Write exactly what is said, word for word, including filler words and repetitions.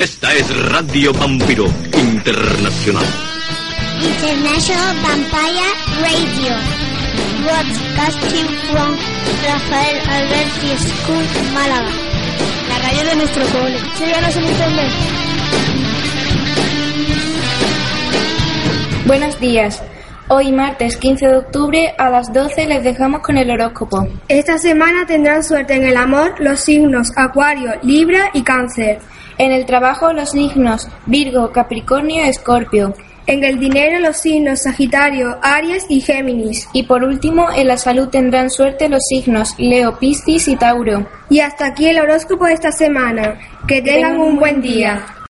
Esta es Radio Vampiro Internacional. International Vampire Radio. Broadcasting from Rafael Alberti School, Málaga. La radio de nuestro cole. Síganos en internet. Buenos días. Hoy martes quince de octubre a las doce les dejamos con el horóscopo. Esta semana tendrán suerte en el amor los signos Acuario, Libra y Cáncer. En el trabajo los signos Virgo, Capricornio y Escorpio. En el dinero los signos Sagitario, Aries y Géminis. Y por último, en la salud tendrán suerte los signos Leo, Piscis y Tauro. Y hasta aquí el horóscopo de esta semana. Que tengan un buen día.